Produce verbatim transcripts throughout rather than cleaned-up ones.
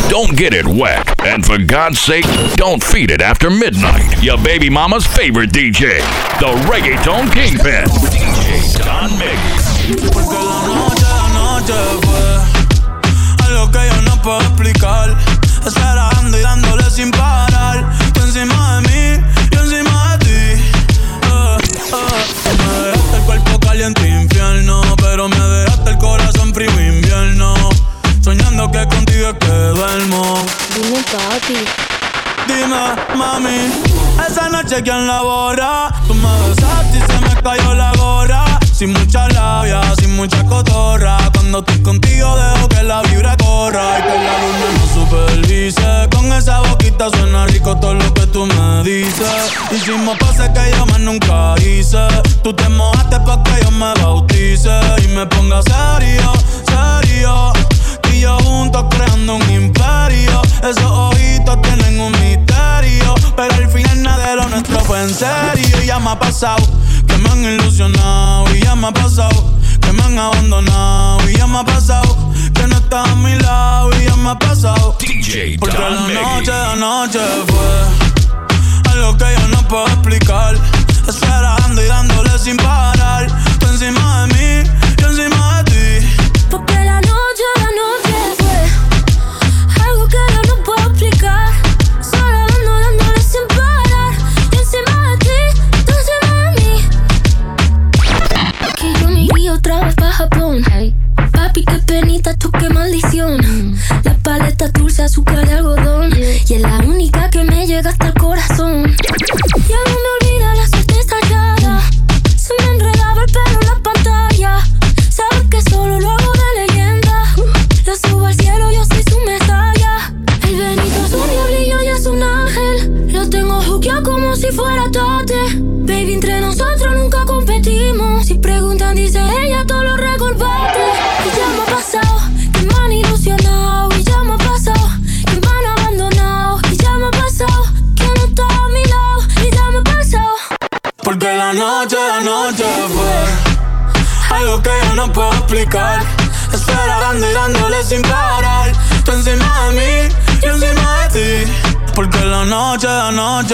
Don't get it wet. And for God's sake, don't feed it after midnight. Your baby mama's favorite D J, the Reggaeton Kingpin, D J Don Miggy. Porque la noche, la noche fue algo que yo no puedo explicar. Esperando y dándole sin parar. Tú encima de mí, yo encima de ti. Uh, uh. Me dejaste el cuerpo caliente infierno, pero me dejaste el corazón frío invierno. Soñando que contigo es que duermo. Dime, papi. Dime, mami, esa noche ¿quién la borra? Tú me besaste y se me cayó la gorra. Sin mucha labia, sin mucha cotorra. Cuando estoy contigo dejo que la vibra corra y que la luna nos supervise. Con esa boquita suena rico todo lo que tú me dices. Hicimos cosas que yo más nunca hice. Tú te mojaste pa' que yo me bautice y me ponga serio, serio. Y yo juntos creando un imperio. Esos ojitos tienen un misterio, pero al final nada de lo nuestro fue en serio. Y ya me ha pasado que me han ilusionado. Y ya me ha pasado que me han abandonado. Y ya me ha pasado que no estás a mi lado. Y ya me ha pasado D J porque Don la Miggy. noche, la noche fue algo que yo no puedo explicar. Esperando y dándole sin parar. Tú encima de mí, yo encima de ti. Porque la noche, la noche fue algo que yo no puedo explicar. Solo ando dándole sin parar. Yo encima de ti, tú encima de mí. Que yo me iría otra vez pa' Japón. Hey. Papi, qué penita, tú qué maldición. Mm. La paleta dulce, azúcar de algodón. Yeah. Y es la única que me llega hasta el corazón. Ya no me olvida la suerte estallada. Se me enredaba el pelo en la pantalla. Sabes que solo lo hago de leyenda. Lo subo al cielo, yo soy su medalla. El Benito es un diablillo y es un ángel. Lo tengo juqueado como si fuera Tate. Baby, entre nosotros nunca competimos. Si preguntan, dice ella, todo lo recordaste. Y ya me ha pasado que me han ilusionado. Y ya me ha pasado que me han abandonado. Y ya me ha pasado que no está a mi lado. Y ya me ha pasado. Porque la noche, la noche fue algo que yo no puedo explicar. Esperando y dándole sin parar. Tú encima de mí, yo encima de ti. Porque la noche, la noche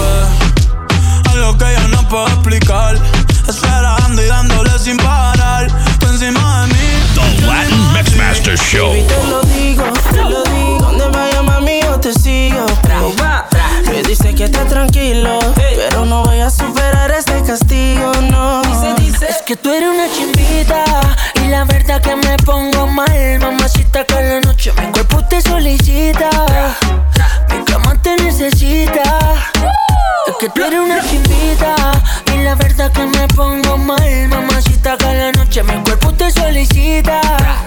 fue algo que yo no puedo explicar. Esperando y dándole sin parar. Tú encima de mí. The Latin Mixmaster Show. Baby, te lo digo, te lo digo. Donde vaya, mami, yo te sigo. Me dice que esté tranquilo, pero no voy a superar este castigo, no. Dice, dice. Es que tú eres una chimbita y la verdad que me pongo mal. Mamacita, que la noche mi cuerpo te solicita. Mi cama te necesita. Es que tú eres una chimbita y la verdad que me pongo mal. Mamacita, que la noche mi cuerpo te solicita.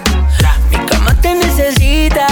Mi cama te necesita.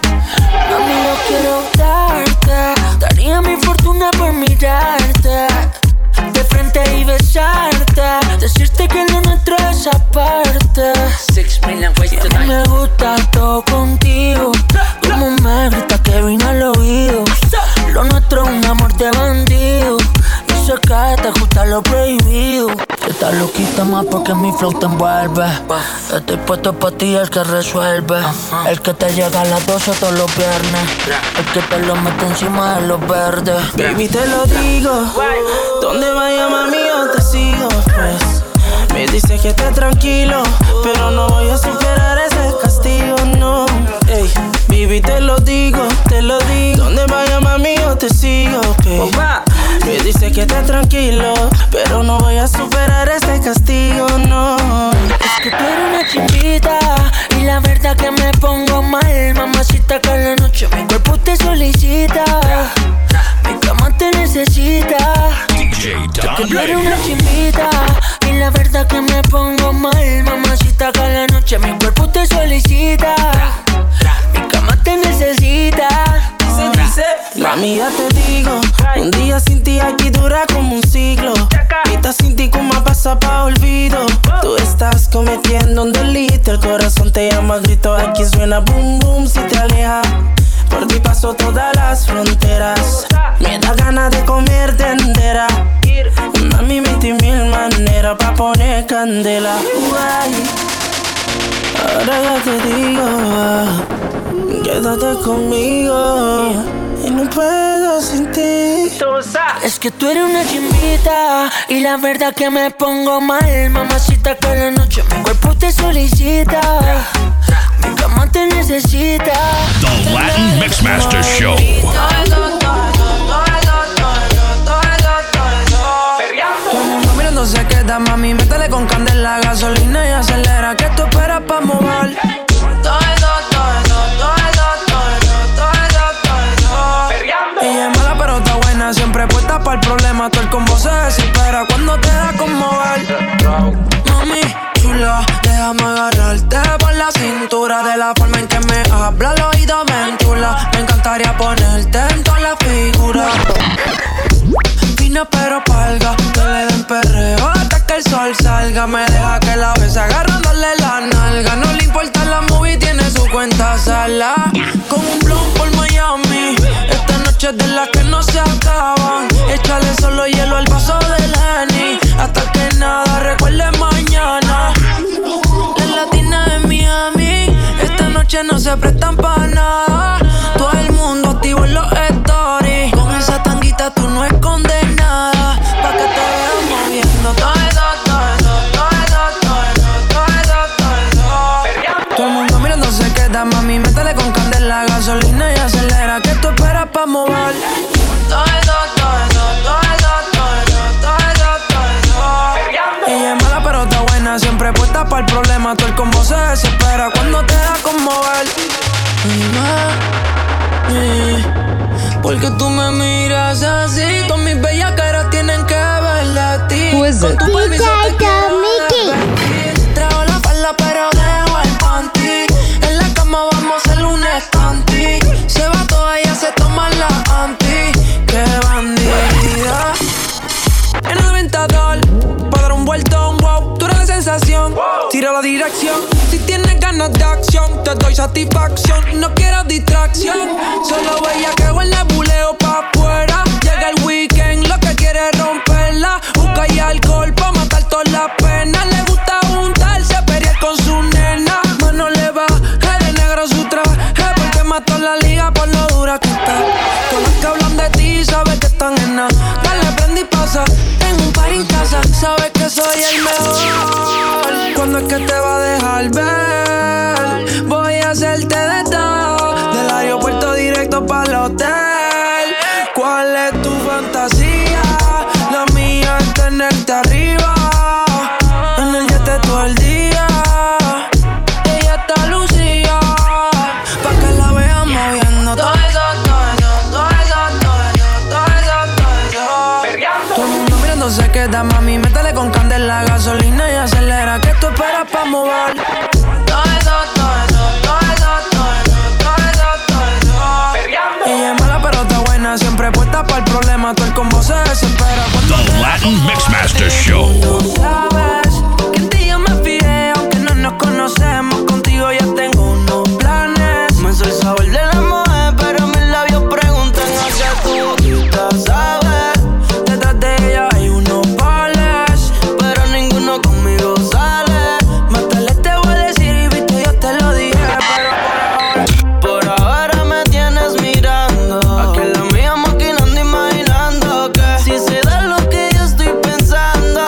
Mami, yo quiero darte. Daría mi fortuna por mirarte de frente y besarte. Decirte que lo nuestro es aparte. Six million ways to die. Me gusta todo contigo. Como me grita que vino al oído. Lo nuestro es un amor de bandido. Y sé que te gusta lo prohibido. Estás loquita más porque mi flow te envuelve. Estoy puesto pa' ti, el que resuelve. El que te llega a las doce todos los viernes. El que te lo mete encima de los verdes. Baby, te lo digo. Donde vaya, mami, yo te sigo, pues. Me dice que esté tranquilo, pero no voy a superar ese castigo, no. Ey, baby, te lo digo, te lo digo. Donde vaya, mami, yo te sigo, pues. Me dice que esté tranquilo, pero no voy a superar este castigo, no. Es que tú eres una chimbita y la verdad que me pongo mal. Mamacita, que la noche mi cuerpo te solicita. Mi cama te necesita. D J Es que Don tú eres Miggy. una chimbita y la verdad que me pongo mal. Mamacita, que la noche mi cuerpo te solicita. Mi cama te necesita. Dice, dice, mami, ya te digo, un día sin ti aquí dura como un siglo. Mitad sin ti como pasa pa' olvido. Tú estás cometiendo un delito, el corazón te llama grito. Aquí suena boom boom si te alejas. Por ti paso todas las fronteras. Me da ganas de comerte entera. Mami, metí mil maneras pa' poner candela. Uay. Ahora ya te digo, quédate conmigo y no puedo sin ti. Es que tú eres una chimbita y la verdad que me pongo mal, mamacita, que la noche mi cuerpo te solicita, mi cama te necesita. The Latin Mixmaster Show. No se queda, mami, métele con candela, gasolina y acelera, que tú esperas pa' mover. Ella es mala pero está buena, siempre puesta para el problema. Todo el combo se desespera cuando te da con mover. Mami, chula, déjame agarrarte por la cintura. De la forma en que me habla, al oído me enchula. Me encantaría ponerte en toda la figura. Fina pero palga, que le den perreo hasta que el sol salga. Me deja que la bese agarrándole la nalga. No le importa la movie, tiene su cuenta sala. Con un blon por Miami. Esta noche es de las que no se acaban. Échale solo hielo al vaso del Henny, hasta que nada recuerde mañana. La latina de Miami. Esta noche no se prestan pa' nada. Todo el mundo activo en los stories. Con esa tanguita tú no escondes nada. Pa' que te veas moviendo todo eso, todo eso, todo eso, todo eso, todo eso, todo eso. Todo el mundo mirando se queda, mami, métele con candela, gasolina y acelera, que tú esperas pa' mover. Todo eso, todo eso, todo eso, todo eso, todo eso, todo eso. Ella es mala pero está buena, siempre puesta para el problema. Todo el combo se desespera cuando te da con mover. Porque tú me miras así, todas mis bellas caras tienen que ver de ti. Who is it? Con tu permiso te quiero Mickey. repetir. Traigo la falda pero dejo el panty. En la cama vamos a hacer un estanti. Se va toda, ella se toma la anti. Qué bandida. En el aventador, para dar un vueltón, wow. Tú eres la sensación, tira la dirección. Si tienes ganas de acción, te doy satisfacción. No quiero distracción, solo bella que huele buleo pa' afuera. Llega el weekend, lo que quiere es romperla. Busca y alcohol pa' matar todas las penas. Le gusta juntarse, pelear con su nena. Mano le va, de negro su traje, porque mató la liga por lo dura que está. Todas las que hablan de ti, sabes que están en nada. Dale, prende y pasa, tengo un par en casa. Sabes que soy el mejor. ¿Cuándo es que te va a dejar ver? Voy a hacerte de todo. Del aeropuerto directo para el hotel. ¿Cuál es tu fantasía? La mía es tenerte arriba. En el yate todo el día. Ella está lucía, pa' que la vean moviendo todo eso, todo eso, todo eso, todo eso, todo eso, todo eso. Todo el mundo mirando se queda, mami, métele con candela, gasolina y acelera, que tú esperas pa' mover. Todo eso, todo eso, todo eso, todo eso, todo eso, todo eso. Ella es mala pero está buena, siempre puesta para el problema. Todo el combo se desespera cuando The Latin Mixmaster Show. sabes que en ti yo me fijé, aunque no nos conocemos. Contigo ya tengo unos planes. Me soy sabor de la mujer, pero mis labios preguntan hacia tu boquita, ¿sabes? Detrás de ella hay unos pales, pero ninguno conmigo sale. Más tarde te voy a decir y viste, yo te lo dije, pero por ahora, por ahora me tienes mirando. Aquí en la mía maquinando, imaginando que si se da lo que yo estoy pensando,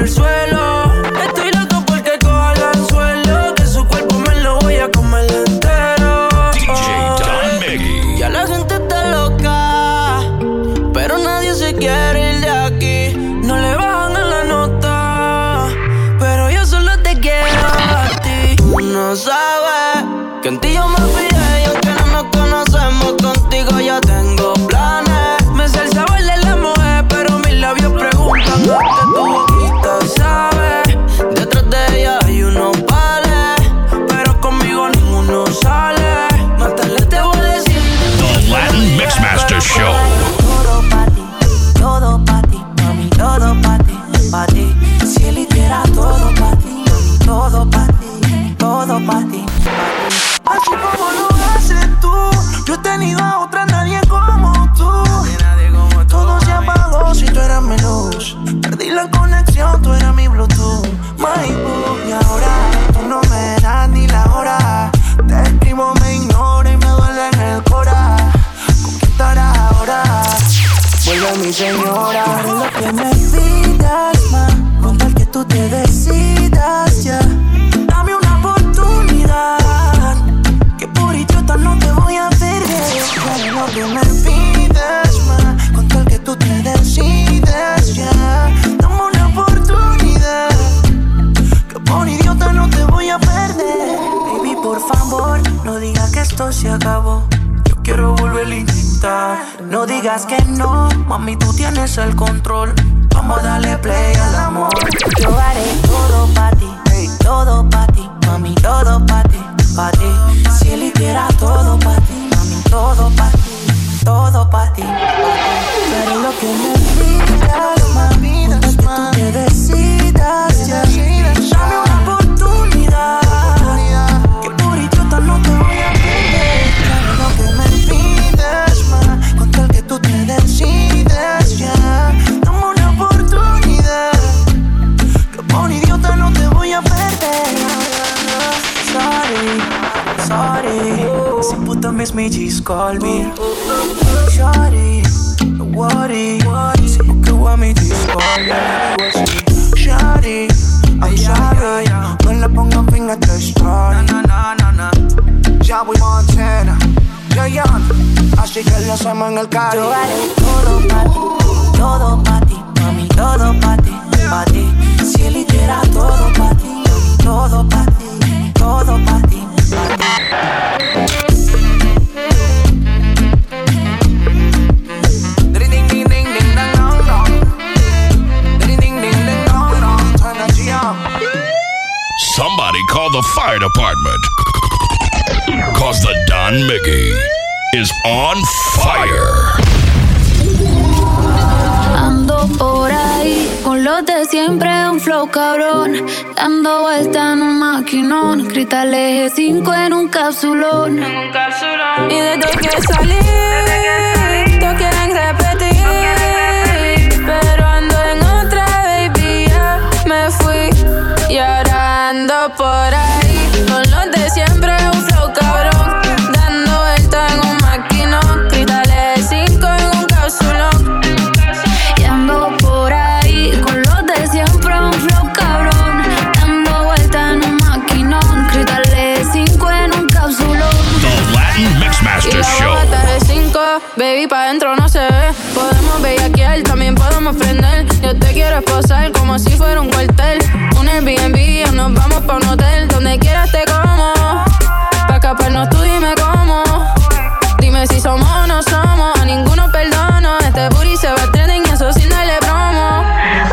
pa'l suelo. Estoy loco porque coja el anzuelo, que su cuerpo me lo voy a comer entero. D J Don Miggy. Ya la gente está loca, pero nadie se quiere ir de aquí. No le bajan a la nota, pero yo solo te quiero a ti. Tú no sabes que en ti yo me fijé y aunque no nos conocemos, contigo ya tengo planes. Me sé el sabor de la mujer, pero mis labios preguntan dónde tu boquita sabe. Detrás de ella hay unos pares, pero conmigo ninguno sale. Más tarde te voy a decir The Latin Mixmaster Show. Todo pa' ti, todo pa' ti, mami, todo pa' ti, pa' ti. Si él hiciera todo pa' ti, mami, todo pa' ti, todo pa' ti, pa' ti. Así como lo haces tú, yo he tenido a otra, nadie como tú. Todo se apagó si tú eras mi luz. Perdí la conexión, tú eras mi Bluetooth. My boo, y ahora tú no me das ni la hora. Te escribo, me ignora y me duele en el cora. ¿Con quién estarás ahora? Vuelve mi señora. Lo que me pidas, ma, con tal que tú te decidas ya. Dame una oportunidad, que por idiota no te voy a perder. Dame lo que me pidas, ma, con tal que tú te decidas ya. Dame una oportunidad, que por idiota no te voy a perder. Baby, por favor, no digas que esto se acabó. Yo quiero volver a intentar. No digas que no, mami, tú tienes el control. Vamos a darle play al amor. Yo haré todo pa' ti, todo pa' ti, mami, todo pa' ti, pa' ti. Si él hiciera todo pa' ti, mami, todo pa' ti, todo pa' ti, pa' ti. Pero lo que me pidas, mami, es que tú te decidas ya. Dame una oportunidad, que por idiota no te voy a perder. Dame lo que me pidas, ma, con tal que tú te decidas ya. Dame una oportunidad, que por idiota no te voy a perder. Sorry, sorry. Some puta miss me, just call me. Shawty, no worry. Si porque want me, just call me. Shawty, I'm sorry. No le pongan fin a esta story. Na, na, na, na. Ya voy Montana, Giant. Así que lo hacemos en el Cari. Yo haré todo pa' ti, todo pa' ti, mami, todo pa' ti, pa' ti. Si él hiciera todo pa' ti, mami, todo pa' ti, todo pa' ti, pa' ti. Somebody call the fire department. Cause the Don Miggy is on fire. Ando por ahí con los de siempre, un flow cabrón, dando vuelta en un maquinón, cristal eje cinco en un capsulón. Y desde que salí, todos quieren repetir, pero ando en otra, baby, ya me fui. Y ahora ando por ahí con los de siempre, un flow cabrón, dando vuelta en un maquinón, cristales cinco en un capsulón. Y ando por ahí con los de siempre, un flow cabrón, dando vuelta en un maquinón, cristales cinco en un capsulón. The Latin Mixmaster Show. Baby, pa' dentro no se ve. Podemos bellaquear, también podemos prender. Yo te quiero esposar como si fuera un cuartel. Un Airbnb o nos vamos pa' un hotel. Donde quieras te como. Pa' escaparnos tú dime cómo. Dime si somos o no somos. A ninguno perdono. Este booty se va a trending y eso sin darle promo.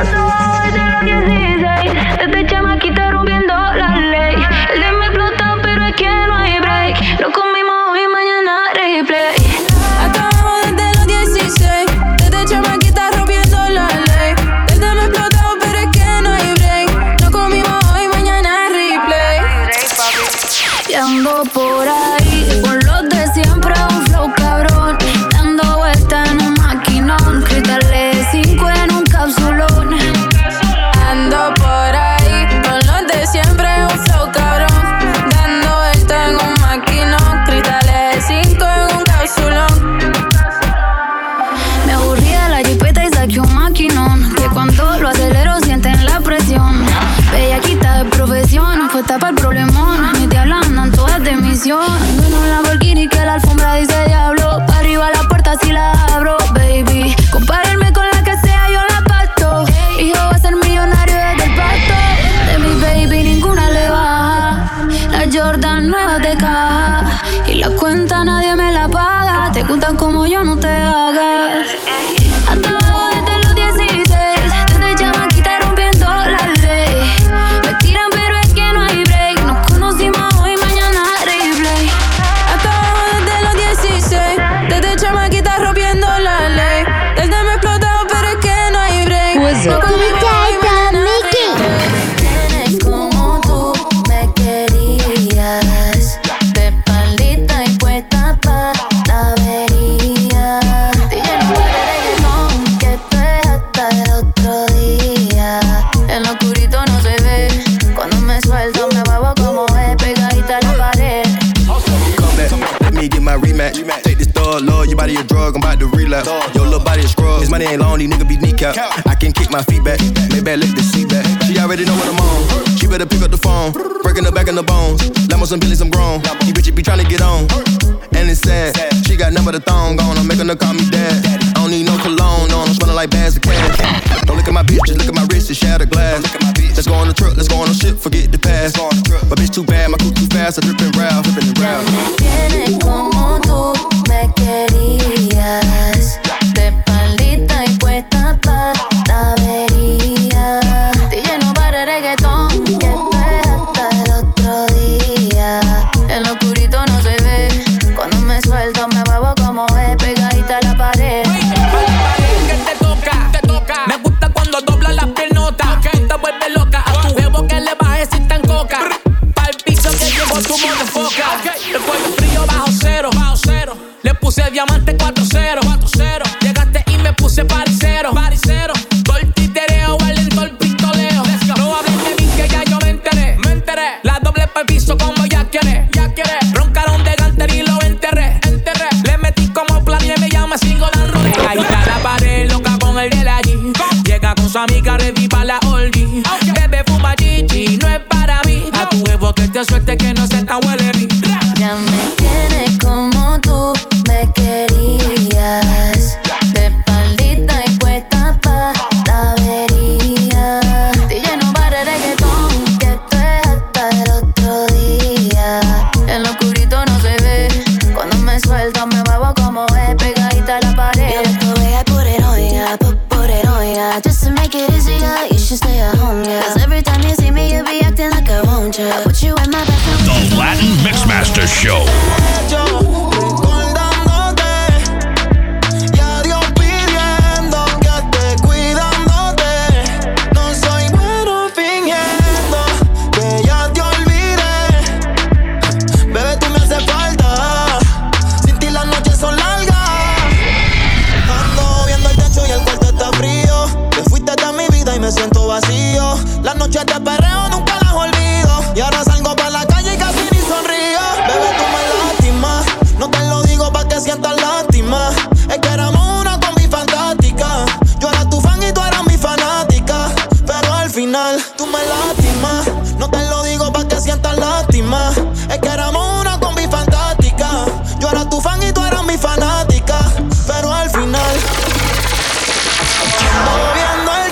Desde chamaquita rompiendo la ley. El de me explotó pero es que no hay break. Lo comimos hoy, mañana replay. Ando por ahí con los de siempre, un flow cabrón, dando vuelta en Ain't long, these niggas be kneecap. I can kick my feet back, maybe I lick the seat back. She already know what I'm on. She better pick up the phone, breaking her back in the bones. Lemons and billies, I'm grown. These bitches be trying to get on, and it's sad. She got none but a thong on, I'm making her call me dad. I don't need no cologne on, I'm smelling like bags of cash. Don't look at my bitch, just look at my wrist, it's shattered glass. Let's go on the truck, let's go on the ship, forget the past. My bitch too bad, my coupe too fast, I drip and round, drippin' and round. Me tienes como tú me querías. Pa' la avería. Te lleno para reggaetón, que esto es hasta el otro día. En lo oscurito no se ve, cuando me suelto me muevo como es, pegadita a la pared. Que te toca, te toca. Me gusta cuando dobla las piernotas, okay. Te vuelve loca, a tu jevo que le baje si está en coca. Pa'l piso que llegó tu motherfucker, okay. El cuello frío bajo cero, bajo cero. Le puse diamante cuatro cero, cuatro cero. Llegaste y me puse paricero, paricero. Todo el titereo, valen todo el pistoleo. No hables de mí que ya yo me enteré, me enteré. La doble pa'l piso como ya quiere, ya quiere. Roncaron de Ganter y lo enterré, enterré. Le metí como planeé, me llama sigo dando de ahí está la pared, loca con el de allí. Llega con su amiga, ready pa' la orgy. Bebe fuma chichi, no es para mí. A tu huevo que te suelte que no se tan huele mí. Ya me tienes como tú me querías. De espaldita y puesta pa' la avería. Te lleno para reggaetón, que esto es hasta el otro día. En lo oscurito no se ve, cuando me suelto me muevo como es, pegadita a la pared. You like the way I put it on ya, put, put it on ya. Just to make it easier, you should stay at home, yeah. Cause every time you see me, you be acting like I want you. Put you in my bathroom. The Latin Mixmaster Show. Me siento vacío, las noches de perreo nunca las olvido. Y ahora salgo pa' la calle y casi ni sonrío. Bebé, tú me lastimas, no te lo digo pa' que sientas lástima. Es que éramos una combi fantástica. Yo era tu fan y tú eras mi fanática. Pero al final, tú me lastimas, no te lo digo pa' que sientas lástima. Es que éramos una combi fantástica. Yo era tu fan y tú eras mi fanática. Pero al final, ando viendo el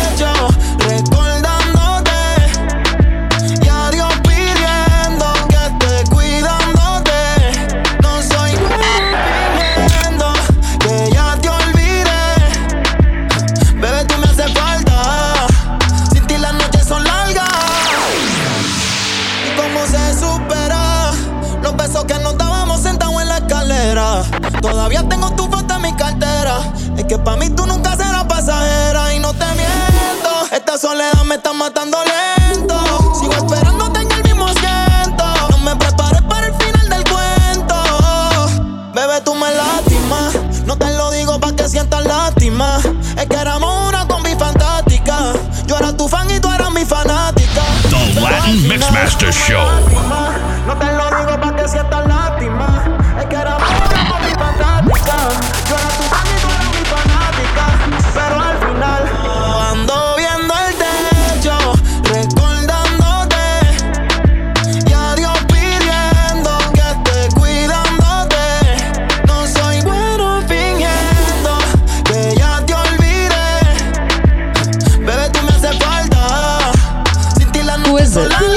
todavía tengo tu foto en mi cartera. Es que pa' mí tú nunca serás pasajera. Y no te miento, esta soledad me está matando lento. Sigo esperándote en el mismo asiento. No me prepares para el final del cuento. Bebé, tú me lastimas, no te lo digo pa' que sientas lástima. Es que éramos una combi fantástica. Yo era tu fan y tú eras mi fanática. The Latin Mixmaster Show. No te lo digo pa' que sientas lástima. Es que éramos una combi fantástica. Yo era tu fan y tú eras mi fanática. Pero al final ando viendo el techo, recordándote. Y a Dios pidiendo que esté cuidándote. No soy bueno fingiendo que ya te olvidé. Bebé, tú me haces falta. Sin ti las noches son largas.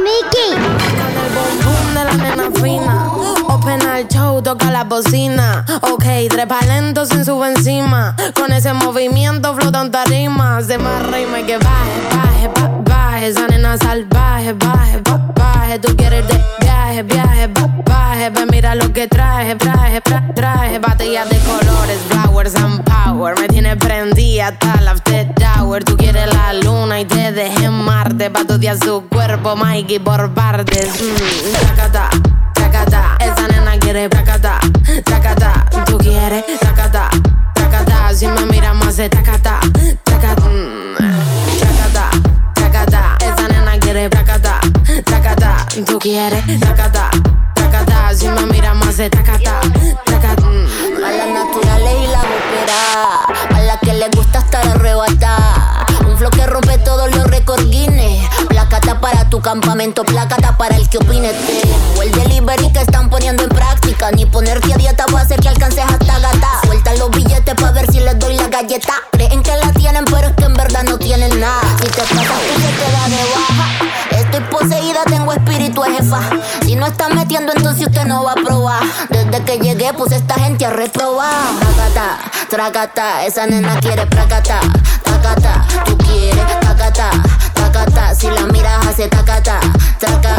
Con el boom boom de la nena fina. Open al show, toca la bocina. Ok, trepa lento sin sube encima. Con ese movimiento flotan tarimas. De más rima y que baje, baje, baje, baje. Esa nena salvaje, baje, baje, baje. Tú quieres de viaje, viaje, baje, baje. Ve, mira lo que traje, traje, traje, traje. Batallas de colores, flowers and power. Me tiene prendida hasta la after hour. Tú quieres la luna y te dejé en Marte. Pa' estudiar su cuerpo, Mikey, por partes. Mmm, tacata, tacata. Esa nena quiere tacata, tacata. Tú quieres tacata, tacata. Si me miras más de tacata, tacata. Mm, tacata, tacata. Esa nena quiere tacata, tacata. Tú quieres tacata, tacata. Si me miras más de tacata, tacata. Mm. A las naturales y la ópera, a la que le gusta estar arrebatada. Un flow que rompe todos los récords Guinness. Placata para tu campamento, placata para el que opine. O el delivery que están poniendo en práctica. Ni ponerte a dieta va a hacer que alcances hasta gata. Suelta los billetes pa' ver si les doy la galleta. Creen que la tienen pero es que en verdad no tienen nada. Si te pasas tú se te da de baja. Estoy poseída, tengo espíritu de jefa. Si no estás metiendo entonces usted no va a probar. Desde que llegué puse esta gente a reprobar. Tracata, tracata, esa nena quiere pracata. Tacata, tú quieres tacata, tacata. Si la miras hace tacata, traca.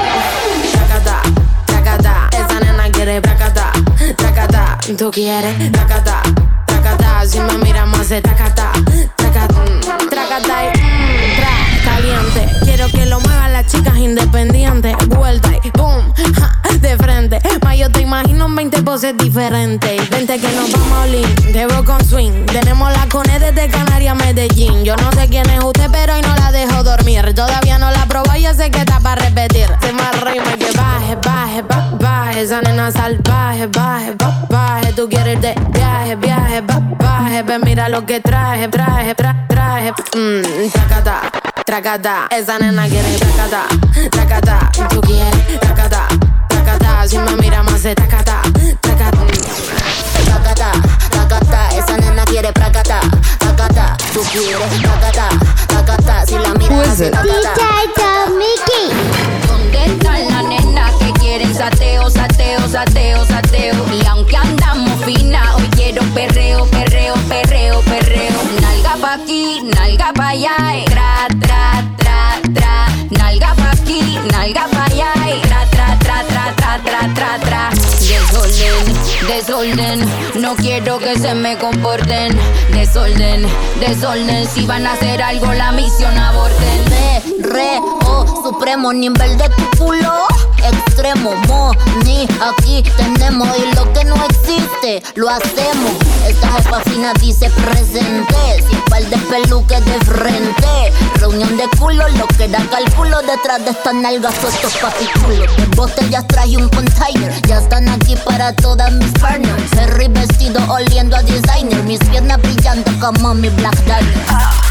Tacata, tacata, esa nena quiere tacata, tacata. Tú quieres tacata, tacata. Si me miras más de tacata, tacata, tracata y mm, tra, caliente. Quiero que lo muevan las chicas independientes. Vuelta y boom, ja, de frente. Ma, yo te imagino en veinte poses diferentes. Vente que nos vamos a olin, te veo con swing. Tenemos la cone desde Canarias a Medellín. Yo no sé quién es usted, pero hoy no la dejo dormir. Todavía no la probó, yo sé que está para repetir. Se me rima que baje, baje, baje, baje. Esa nena salvaje, baje, baje, baje. Tú quieres de viaje, viaje, baje, baje. Ven, mira lo que traje, traje, traje, traje. Mmm, tracata, tracata. Esa nena quiere tracata, tracata. Tú quieres tracata, tracata. Si me mira más de tacata, tacata. Tacata, tacata. Esa nena quiere pracata, tacata. Tú quieres tacata, tacata. Si la miras hace tacata. D J Mickey. ¿Dónde están las nenas que quieren sateo, sateo, sateo, sateo? Y aunque andamos fina, hoy quiero perreo, perreo, perreo, perreo. Nalga pa' aquí, nalga pa' allá, eh. Tra, tra, tra, tra. Nalga pa' aquí, nalga pa' allá, eh. Tra, tra, tra, tra, tra, tra, tra, tra. Desorden, desorden, no quiero que se me comporten. Desorden, desorden, si van a hacer algo la misión aborten. Re, re, oh, supremo nivel de tu culo. Extremo, mo, ni aquí tenemos. Y lo que no existe, lo hacemos. Esta jefa fina dice presente. Sin par de peluques de frente. Reunión de culos, lo que da cálculo. Detrás de estas nalgas, estos papiculos. De botellas traje un container. Ya están aquí para todas mis partners. Ferry vestido oliendo a designer. Mis piernas brillando como mi Black Diamond.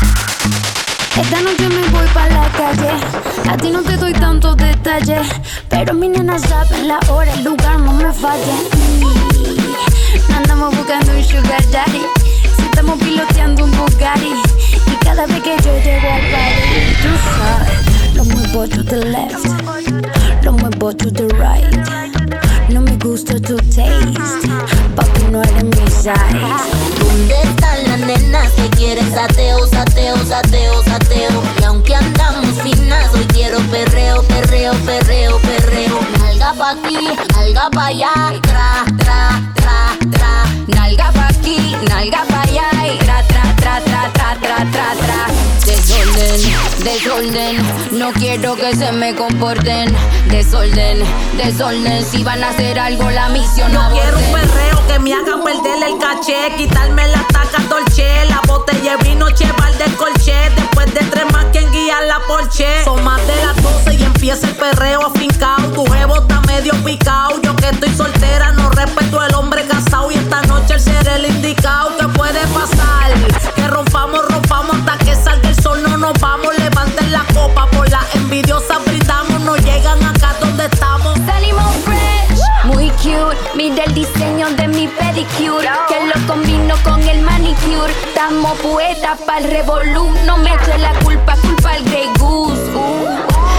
Esta noche me voy pa' la calle. A ti no te doy tantos detalles, pero mi nena sabe la hora, el lugar, no me falla. Y andamos buscando un sugar daddy. Si estamos piloteando un Bugatti. Y cada vez que yo llego al party, tú sabes, lo muevo to the left, lo muevo to the right. No me gusta tu taste, papi, no eres mi size. ¿Dónde están las nenas que quieren sateo, sateo, sateo, sateo? Y aunque andamos finas, hoy quiero perreo, perreo, perreo, perreo. Nalga pa' aquí, nalga pa' allá, tra, tra, tra, tra. Nalga pa' aquí, nalga pa' allá, tra, tra, tra, tra, tra, tra, tra, tra. Desorden, desorden, no quiero que se me comporten. Desorden, desorden, si van a hacer algo la misión no aborten. Quiero un perreo que me haga perder el caché, quitarme la taca dolce, la botella de vino cheval de colché. Después de tres más quien guía la Porsche. Son más de las doce y empieza el perreo afincao. Tu jevo está medio picao. Yo que estoy soltera no respeto al hombre casado. Y esta noche el ser el indicado. ¿Qué puede pasar? Que rompamos, rompamos hasta que salga el sol. No nos vamos, levanten la copa. Por las envidiosas brindamos, no llegan acá donde estamos. Salimos fresh, muy cute. Mira el diseño de mi pedicure, que lo combino con el manicure. Estamos poetas pa'l revolú. No me eche la culpa, culpa al Grey Goose. uh. La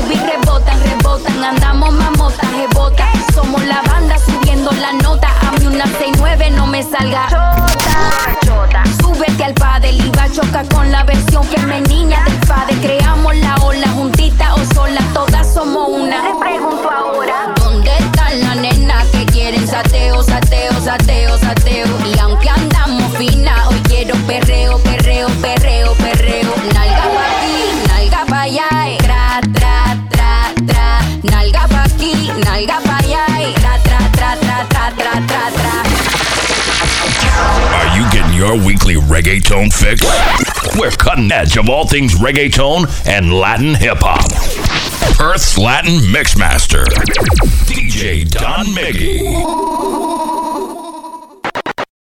subir, rebotan, rebotan. Andamos mamotas, rebota. Somos la banda subiendo la nota. A mí una seis nueve no me salga chota, chota. Súbete al padel y va a chocar con la versión femenina del padre. Creamos la ola juntita o sola, todas somos una. Te pregunto ahora, ¿dónde están las nenas que quieren sateo, sateo, sateo, sateo? Y aunque andamos fina, hoy quiero perreo, perreo, perreo, perreo. Nalga pa' aquí, nalga pa' allá, eh. Tra, tra, tra, tra. Nalga pa' aquí, nalga pa' allá, eh. Tra, tra, tra, tra, tra, tra, tra, tra. Are you getting your weekly reggaeton fix? We're cutting edge of all things reggaeton and Latin hip-hop. Earth's Latin Mixmaster, D J Don Miggy.